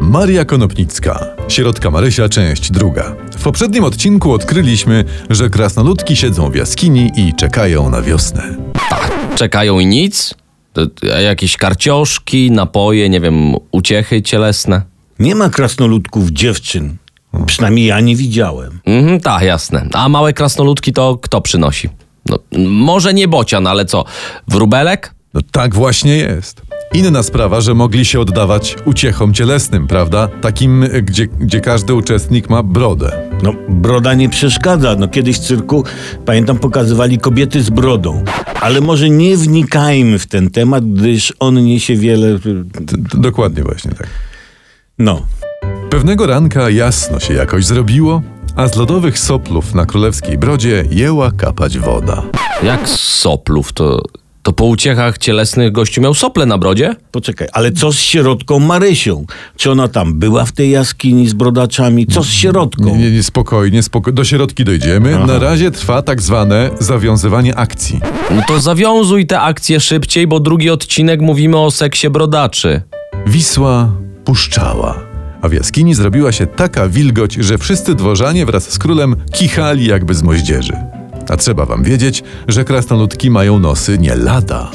Maria Konopnicka, Sierotka Marysia, część 2. W poprzednim odcinku odkryliśmy, że krasnoludki siedzą w jaskini i czekają na wiosnę. Czekają i nic? Jakieś karcioszki, napoje, nie wiem, uciechy cielesne? Nie ma krasnoludków dziewczyn. Przynajmniej ja nie widziałem. Tak, jasne. A małe krasnoludki to kto przynosi? No, może nie bocian, ale co? Wróbelek? No tak właśnie jest. Inna sprawa, że mogli się oddawać uciechom cielesnym, prawda? Takim, gdzie każdy uczestnik ma brodę. No, broda nie przeszkadza. No, kiedyś w cyrku, pamiętam, pokazywali kobiety z brodą. Ale może nie wnikajmy w ten temat, gdyż on niesie wiele... Dokładnie właśnie tak. No. Pewnego ranka jasno się jakoś zrobiło, a z lodowych soplów na królewskiej brodzie jęła kapać woda. Jak z soplów? To po uciechach cielesnych gościu miał sople na brodzie? Poczekaj, ale co z sierotką Marysią? Czy ona tam była w tej jaskini z brodaczami? Co z sierotką? Nie, spokojnie. Do sierotki dojdziemy. Aha. Na razie trwa tak zwane zawiązywanie akcji. No to zawiązuj te akcje szybciej, bo drugi odcinek mówimy o seksie brodaczy. Wisła puszczała, a w jaskini zrobiła się taka wilgoć, że wszyscy dworzanie wraz z królem kichali jakby z moździerzy. A trzeba wam wiedzieć, że krasnoludki mają nosy nie lada.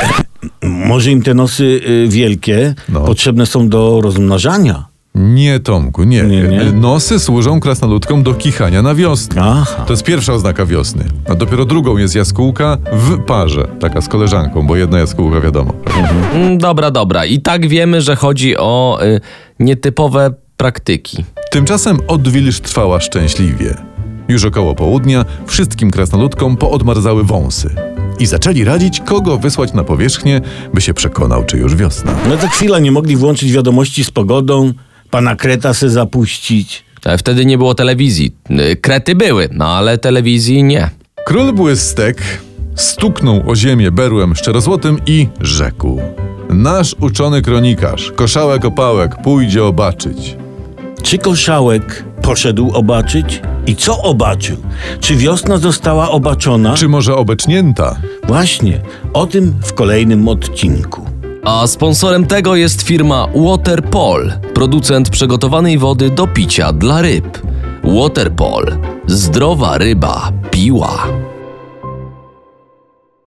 Może im te nosy wielkie potrzebne są do rozmnażania? Nie, Tomku, nie. Nie. Nosy służą krasnoludkom do kichania na wiosnę. Aha. To jest pierwsza oznaka wiosny. A dopiero drugą jest jaskółka w parze. Taka z koleżanką, bo jedna jaskółka wiadomo. Dobra. I tak wiemy, że chodzi o nietypowe praktyki. Tymczasem odwilż trwała szczęśliwie. Już około południa wszystkim krasnoludkom poodmarzały wąsy. I zaczęli radzić, kogo wysłać na powierzchnię, by się przekonał, czy już wiosna. No to chwila, nie mogli włączyć wiadomości z pogodą, pana Kreta se zapuścić. Wtedy nie było telewizji. Krety były, no ale telewizji nie. Król Błystek stuknął o ziemię berłem szczerozłotym i rzekł: nasz uczony kronikarz, Koszałek Opałek, pójdzie obaczyć. Czy Koszałek poszedł obaczyć? I co obaczył? Czy wiosna została obaczona? Czy może obecznięta? Właśnie, o tym w kolejnym odcinku. A sponsorem tego jest firma Waterpol, producent przygotowanej wody do picia dla ryb. Waterpol. Zdrowa ryba piła.